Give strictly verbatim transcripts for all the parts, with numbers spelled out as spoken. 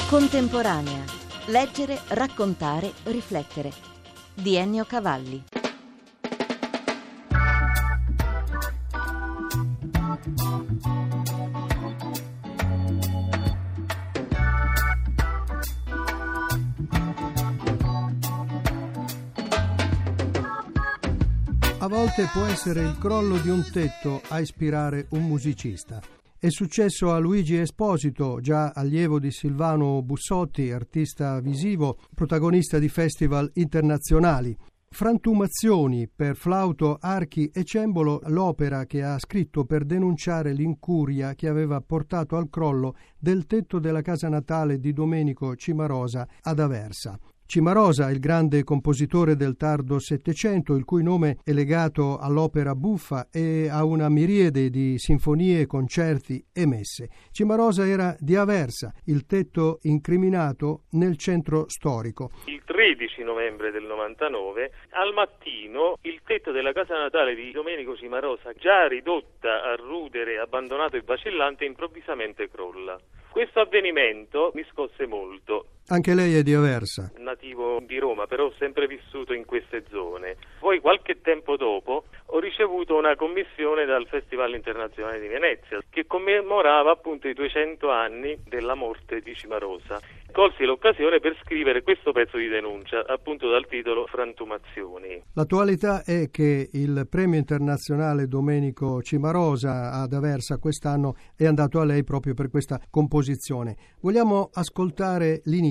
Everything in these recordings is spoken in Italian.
Contemporanea. Leggere, raccontare, riflettere. Di Ennio Cavalli. A volte può essere il crollo di un tetto a ispirare un musicista. È successo a Luigi Esposito, già allievo di Silvano Bussotti, artista visivo, protagonista di festival internazionali. Frantumazioni per flauto, archi e cembalo, l'opera che ha scritto per denunciare l'incuria che aveva portato al crollo del tetto della casa natale di Domenico Cimarosa ad Aversa. Cimarosa, il grande compositore del tardo Settecento, il cui nome è legato all'opera buffa e a una miriade di sinfonie, concerti e messe. Cimarosa era di Aversa, il tetto incriminato nel centro storico. Il tredici novembre del novantanove, al mattino, il tetto della casa natale di Domenico Cimarosa, già ridotta a rudere, abbandonato e vacillante, improvvisamente crolla. Questo avvenimento mi scosse molto. Anche lei è di Aversa? Nativo di Roma, però ho sempre vissuto in queste zone. Poi qualche tempo dopo ho ricevuto una commissione dal Festival Internazionale di Venezia che commemorava appunto i duecento anni della morte di Cimarosa. Colsi l'occasione per scrivere questo pezzo di denuncia, appunto dal titolo Frantumazioni. L'attualità è che il premio internazionale Domenico Cimarosa ad Aversa quest'anno è andato a lei proprio per questa composizione. Vogliamo ascoltare l'inizio.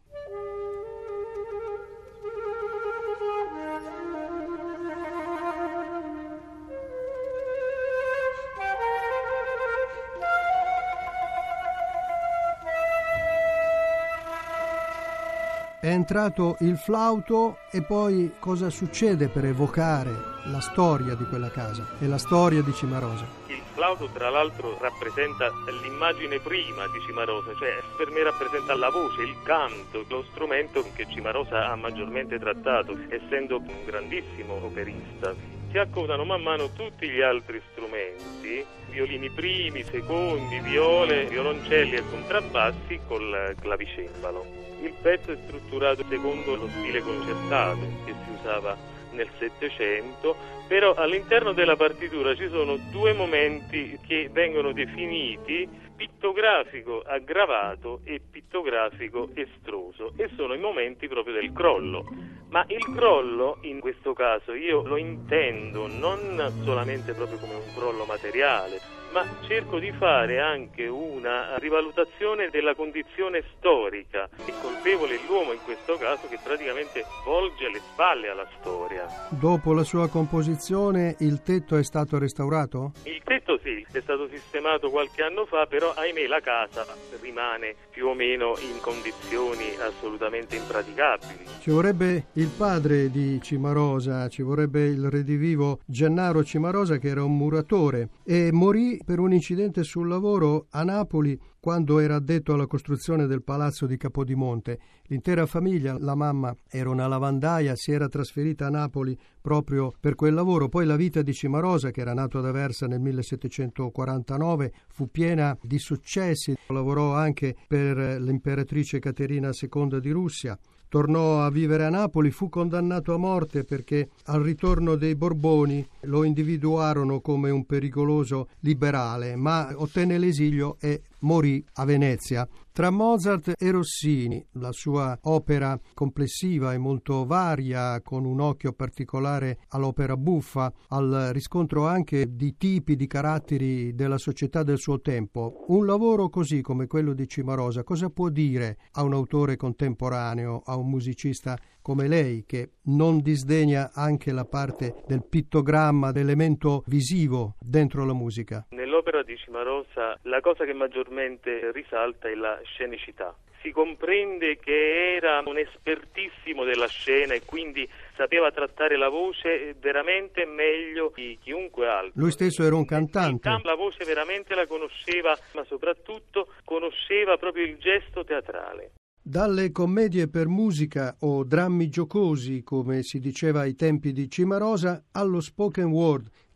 È entrato il flauto e poi cosa succede per evocare la storia di quella casa e la storia di Cimarosa? Il flauto tra l'altro rappresenta l'immagine prima di Cimarosa, cioè per me rappresenta la voce, il canto, lo strumento che Cimarosa ha maggiormente trattato, essendo un grandissimo operista. Si accodano man mano tutti gli altri strumenti, violini primi, secondi, viole, violoncelli e contrabbassi col clavicembalo. Il pezzo è strutturato secondo lo stile concertato che si usava nel Settecento, però all'interno della partitura ci sono due momenti che vengono definiti pittografico aggravato e pittografico estroso, e sono i momenti proprio del crollo. Ma il crollo in questo caso io lo intendo non solamente proprio come un crollo materiale, ma cerco di fare anche una rivalutazione della condizione storica. È colpevole l'uomo in questo caso, che praticamente volge le spalle alla storia. Dopo la sua composizione il tetto è stato restaurato? Il tetto sì, è stato sistemato qualche anno fa, però ahimè la casa rimane più o meno in condizioni assolutamente impraticabili. Ci vorrebbe il padre di Cimarosa, ci vorrebbe il redivivo Gennaro Cimarosa, che era un muratore e morì per un incidente sul lavoro a Napoli quando era addetto alla costruzione del palazzo di Capodimonte. L'intera famiglia, la mamma era una lavandaia, si era trasferita a Napoli proprio per quel lavoro. Poi la vita di Cimarosa, che era nato ad Aversa nel millesettecentoquarantanove, fu piena di successi. Lavorò anche per l'imperatrice Caterina seconda di Russia. Tornò a vivere a Napoli, fu condannato a morte perché al ritorno dei Borboni lo individuarono come un pericoloso liberale, ma ottenne l'esilio e morì a Venezia. Tra Mozart e Rossini, la sua opera complessiva e molto varia, con un occhio particolare all'opera buffa, al riscontro anche di tipi, di caratteri della società del suo tempo. Un lavoro così come quello di Cimarosa, cosa può dire a un autore contemporaneo, a un musicista come lei, che non disdegna anche la parte del pittogramma, dell'elemento visivo dentro la musica? Nell'opera di Cimarosa la cosa che maggiormente risalta è la scenicità. Si comprende che era un espertissimo della scena e quindi sapeva trattare la voce veramente meglio di chiunque altro. Lui stesso era un cantante. La voce veramente la conosceva, ma soprattutto conosceva proprio il gesto teatrale. Dalle commedie per musica o drammi giocosi, come si diceva ai tempi di Cimarosa, allo spoken word,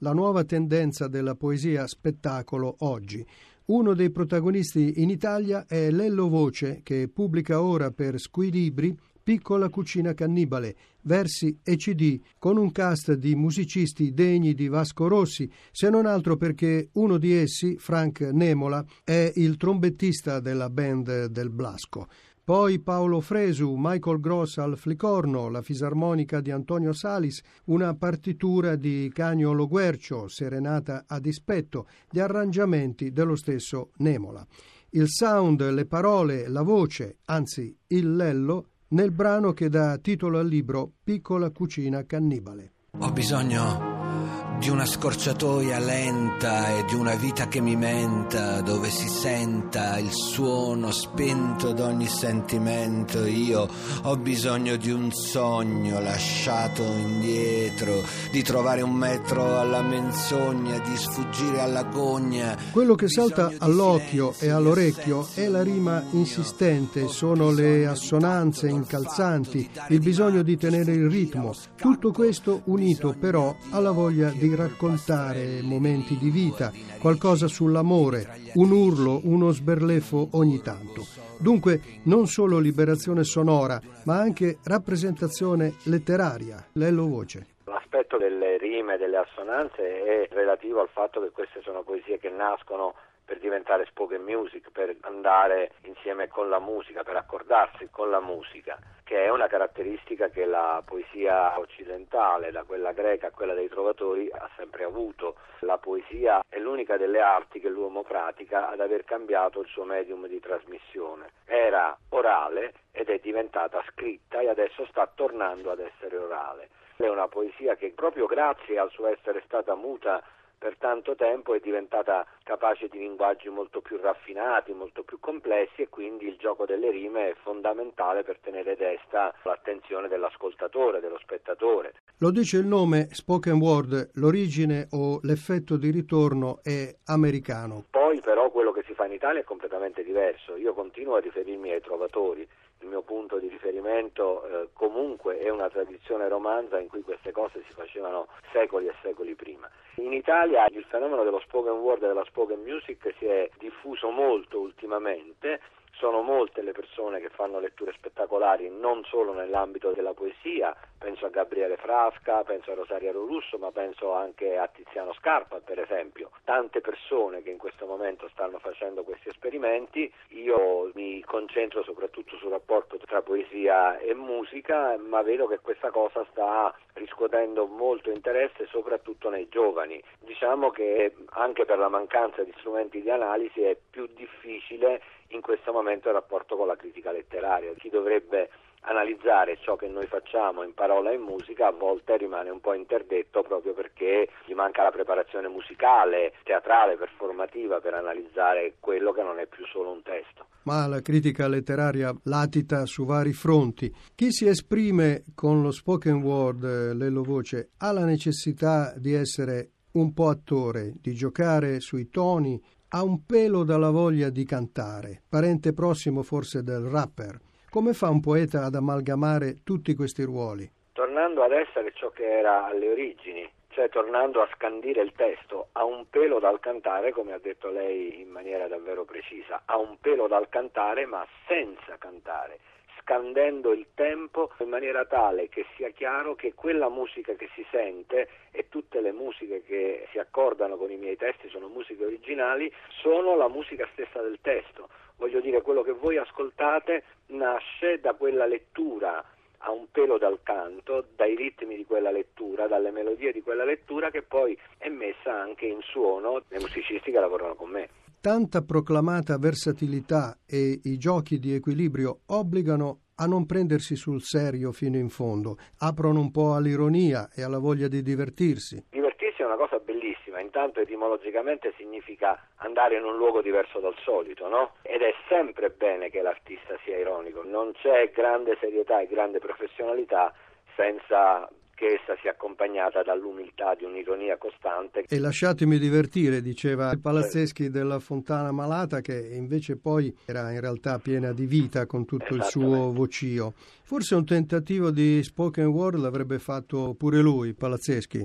la nuova tendenza della poesia spettacolo oggi. Uno dei protagonisti in Italia è Lello Voce, che pubblica ora per Squilibri Piccola cucina cannibale, versi e C D, con un cast di musicisti degni di Vasco Rossi, se non altro perché uno di essi, Frank Nemola, è il trombettista della band del Blasco. Poi Paolo Fresu, Michael Gross al flicorno, la fisarmonica di Antonio Salis, una partitura di Canio Loguercio, serenata a dispetto, gli arrangiamenti dello stesso Nemola. Il sound, le parole, la voce, anzi il Lello, nel brano che dà titolo al libro Piccola cucina cannibale. Ho bisogno di una scorciatoia lenta e di una vita che mi menta, dove si senta il suono spento d'ogni sentimento. Io ho bisogno di un sogno lasciato indietro, di trovare un metro alla menzogna, di sfuggire alla gogna. Quello che salta all'occhio e all'orecchio è la rima insistente, sono le assonanze incalzanti, il bisogno di tenere il ritmo. Tutto questo unito però alla voglia di raccontare momenti di vita, qualcosa sull'amore, un urlo, uno sberleffo ogni tanto. Dunque non solo liberazione sonora, ma anche rappresentazione letteraria. Lello Voce. L'aspetto delle rime e delle assonanze è relativo al fatto che queste sono poesie che nascono per diventare spoken music, per andare insieme con la musica, per accordarsi con la musica, che è una caratteristica che la poesia occidentale, da quella greca a quella dei trovatori, ha sempre avuto. La poesia è l'unica delle arti che l'uomo pratica ad aver cambiato il suo medium di trasmissione. Era orale ed è diventata scritta e adesso sta tornando ad essere orale. È una poesia che proprio grazie al suo essere stata muta per tanto tempo è diventata capace di linguaggi molto più raffinati, molto più complessi, e quindi il gioco delle rime è fondamentale per tenere desta l'attenzione dell'ascoltatore, dello spettatore. Lo dice il nome spoken word, l'origine o l'effetto di ritorno è americano. Poi però quello che si fa in Italia è completamente diverso. Io continuo a riferirmi ai trovatori. Il mio punto di riferimento eh, comunque è una tradizione romanza in cui queste cose si facevano secoli e secoli prima. In Italia il fenomeno dello spoken word e della spoken music si è diffuso molto ultimamente. Sono molte le persone che fanno letture spettacolari non solo nell'ambito della poesia, penso a Gabriele Frasca, penso a Rosaria Russo, ma penso anche a Tiziano Scarpa per esempio. Tante persone che in questo momento stanno facendo questi esperimenti. Io mi concentro soprattutto sul rapporto tra poesia e musica, ma vedo che questa cosa sta riscuotendo molto interesse soprattutto nei giovani. Diciamo che anche per la mancanza di strumenti di analisi è più difficile in questo momento il rapporto con la critica letteraria. Chi dovrebbe analizzare ciò che noi facciamo in parola e in musica a volte rimane un po' interdetto proprio perché gli manca la preparazione musicale, teatrale, performativa per analizzare quello che non è più solo un testo. Ma la critica letteraria latita su vari fronti. Chi si esprime con lo spoken word, Lello Voce, ha la necessità di essere un po' attore, di giocare sui toni, ha un pelo dalla voglia di cantare, parente prossimo forse del rapper. Come fa un poeta ad amalgamare tutti questi ruoli? Tornando ad essere ciò che era alle origini, cioè tornando a scandire il testo, ha un pelo dal cantare, come ha detto lei in maniera davvero precisa, ha un pelo dal cantare ma senza cantare, scandendo il tempo in maniera tale che sia chiaro che quella musica che si sente e tutte le musiche che si accordano con i miei testi sono musiche originali, sono la musica stessa del testo. Voglio dire, quello che voi ascoltate nasce da quella lettura, ha un pelo dal canto, dai ritmi di quella lettura, dalle melodie di quella lettura che poi è messa anche in suono dai musicisti che lavorano con me. Tanta proclamata versatilità e i giochi di equilibrio obbligano a non prendersi sul serio fino in fondo, aprono un po' all'ironia e alla voglia di divertirsi. Divertirsi è una cosa bellissima, intanto etimologicamente significa andare in un luogo diverso dal solito, no? Ed è sempre bene che l'artista sia ironico, non c'è grande serietà e grande professionalità senza che essa sia accompagnata dall'umiltà di un'ironia costante. E lasciatemi divertire, diceva il Palazzeschi della Fontana Malata, che invece poi era in realtà piena di vita con tutto il suo vocio. Forse un tentativo di spoken word l'avrebbe fatto pure lui, Palazzeschi. Loro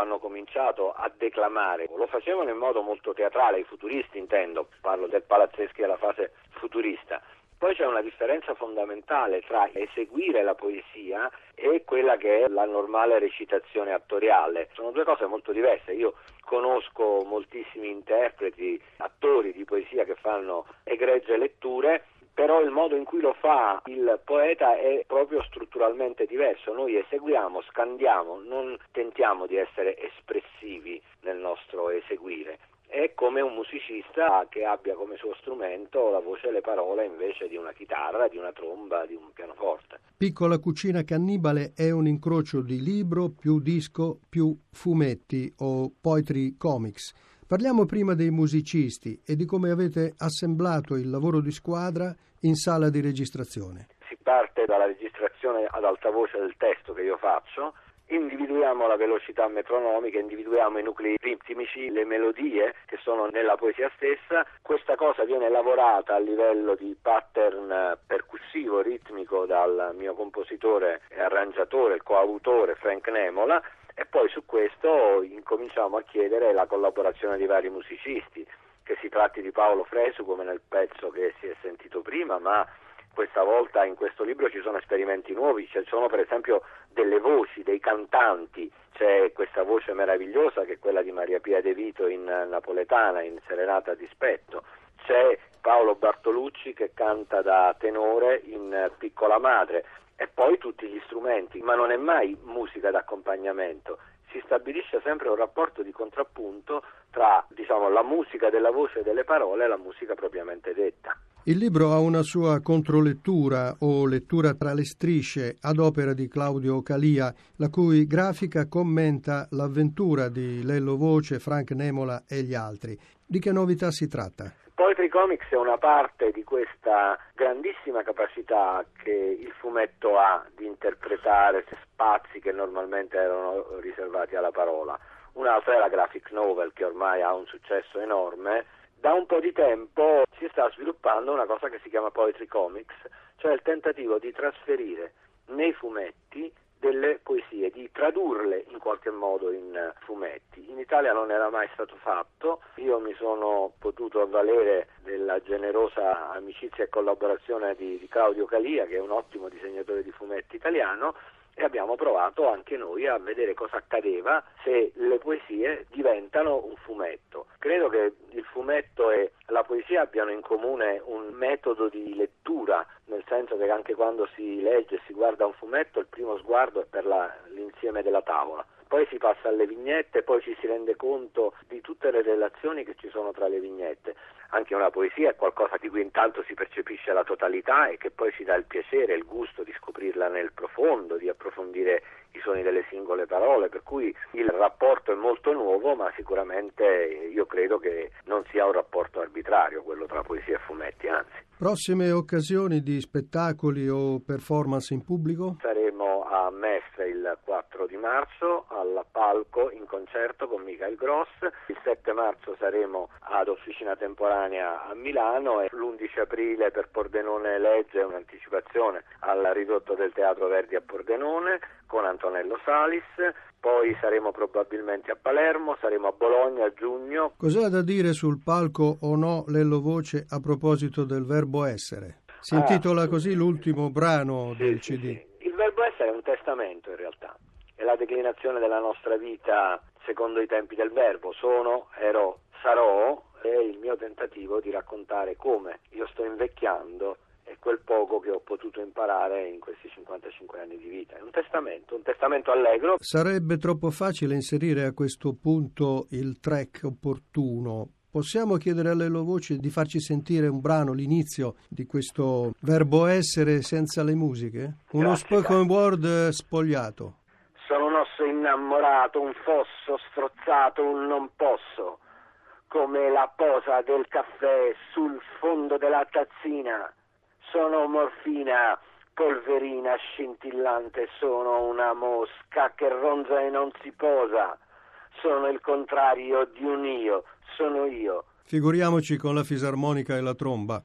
hanno cominciato a declamare. Lo facevano in modo molto teatrale, i futuristi intendo, parlo del Palazzeschi della fase futurista. Poi c'è una differenza fondamentale tra eseguire la poesia e quella che è la normale recitazione attoriale. Sono due cose molto diverse. Io conosco moltissimi interpreti, attori di poesia che fanno egregie letture, però il modo in cui lo fa il poeta è proprio strutturalmente diverso. Noi eseguiamo, scandiamo, non tentiamo di essere espressivi nel nostro eseguire. È come un musicista che abbia come suo strumento la voce e le parole invece di una chitarra, di una tromba, di un pianoforte. Piccola cucina cannibale è un incrocio di libro più disco più fumetti o poetry comics. Parliamo prima dei musicisti e di come avete assemblato il lavoro di squadra in sala di registrazione. Si parte dalla registrazione ad alta voce del testo che io faccio. Individuiamo la velocità metronomica, individuiamo i nuclei ritmici, le melodie che sono nella poesia stessa. Questa cosa viene lavorata a livello di pattern percussivo, ritmico dal mio compositore e arrangiatore, il coautore Frank Nemola, e poi su questo incominciamo a chiedere la collaborazione di vari musicisti, che si tratti di Paolo Fresu come nel pezzo che si è sentito prima, ma questa volta in questo libro ci sono esperimenti nuovi, ci sono per esempio delle voci, dei cantanti, c'è questa voce meravigliosa che è quella di Maria Pia De Vito in napoletana, in Serenata a dispetto, c'è Paolo Bartolucci che canta da tenore in Piccola Madre, e poi tutti gli strumenti, ma non è mai musica d'accompagnamento, si stabilisce sempre un rapporto di contrappunto tra, diciamo, la musica della voce e delle parole e la musica propriamente detta. Il libro ha una sua controlettura o lettura tra le strisce ad opera di Claudio Calia, la cui grafica commenta l'avventura di Lello Voce, Frank Nemola e gli altri. Di che novità si tratta? Poetry Comics è una parte di questa grandissima capacità che il fumetto ha di interpretare spazi che normalmente erano riservati alla parola. Un'altra è la graphic novel, che ormai ha un successo enorme. Da un po' di tempo si sta sviluppando una cosa che si chiama Poetry Comics, cioè il tentativo di trasferire nei fumetti delle poesie, di tradurle in qualche modo in fumetti. In Italia non era mai stato fatto, io mi sono potuto avvalere della generosa amicizia e collaborazione di, di Claudio Calia, che è un ottimo disegnatore di fumetti italiano, e abbiamo provato anche noi a vedere cosa accadeva se le poesie diventano un fumetto. Credo che il fumetto e la poesia abbiano in comune un metodo di lettura, nel senso che anche quando si legge e si guarda un fumetto il primo sguardo è per la, l'insieme della tavola. Poi si passa alle vignette, poi ci si rende conto di tutte le relazioni che ci sono tra le vignette. Anche una poesia è qualcosa di cui intanto si percepisce la totalità e che poi ci dà il piacere, il gusto di scoprirla nel profondo, di approfondire i suoni delle singole parole, per cui il rapporto è molto nuovo, ma sicuramente io credo che non sia un rapporto arbitrario quello tra poesia e fumetti, anzi. Prossime occasioni di spettacoli o performance in pubblico? Saremo a Mestre il quattro di marzo al Palco in concerto con Michael Gross, il sette marzo saremo ad Officina Temporanea a Milano e l'undici aprile per Pordenone Legge un'anticipazione al ridotto del Teatro Verdi a Pordenone con Antonello Salis. Poi saremo probabilmente a Palermo, saremo a Bologna a giugno. Cos'ha da dire sul palco o no Lello Voce a proposito del verbo essere? Si intitola ah, così l'ultimo brano sì, del sì, C D. Sì. Il verbo essere è un testamento in realtà, è la declinazione della nostra vita secondo i tempi del verbo. Sono, ero, sarò, è il mio tentativo di raccontare come io sto invecchiando e quel poco che ho potuto imparare in questi cinquantacinque anni di vita. È un testamento, un testamento allegro. Sarebbe troppo facile inserire a questo punto il track opportuno. Possiamo chiedere a Lello Voce di farci sentire un brano, l'inizio di questo verbo essere senza le musiche? Uno Grazie, spoken word spogliato. Sono un osso innamorato, un fosso strozzato, un non posso, come la posa del caffè sul fondo della tazzina. Sono morfina, polverina scintillante, sono una mosca che ronza e non si posa. Sono il contrario di un io, sono io. Figuriamoci con la fisarmonica e la tromba.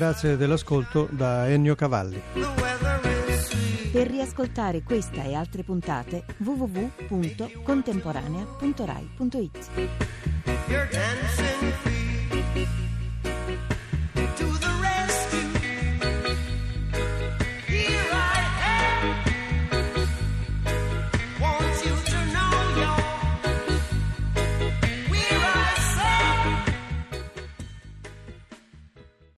Grazie dell'ascolto da Ennio Cavalli. Per riascoltare questa e altre puntate w w w punto contemporanea punto rai punto it.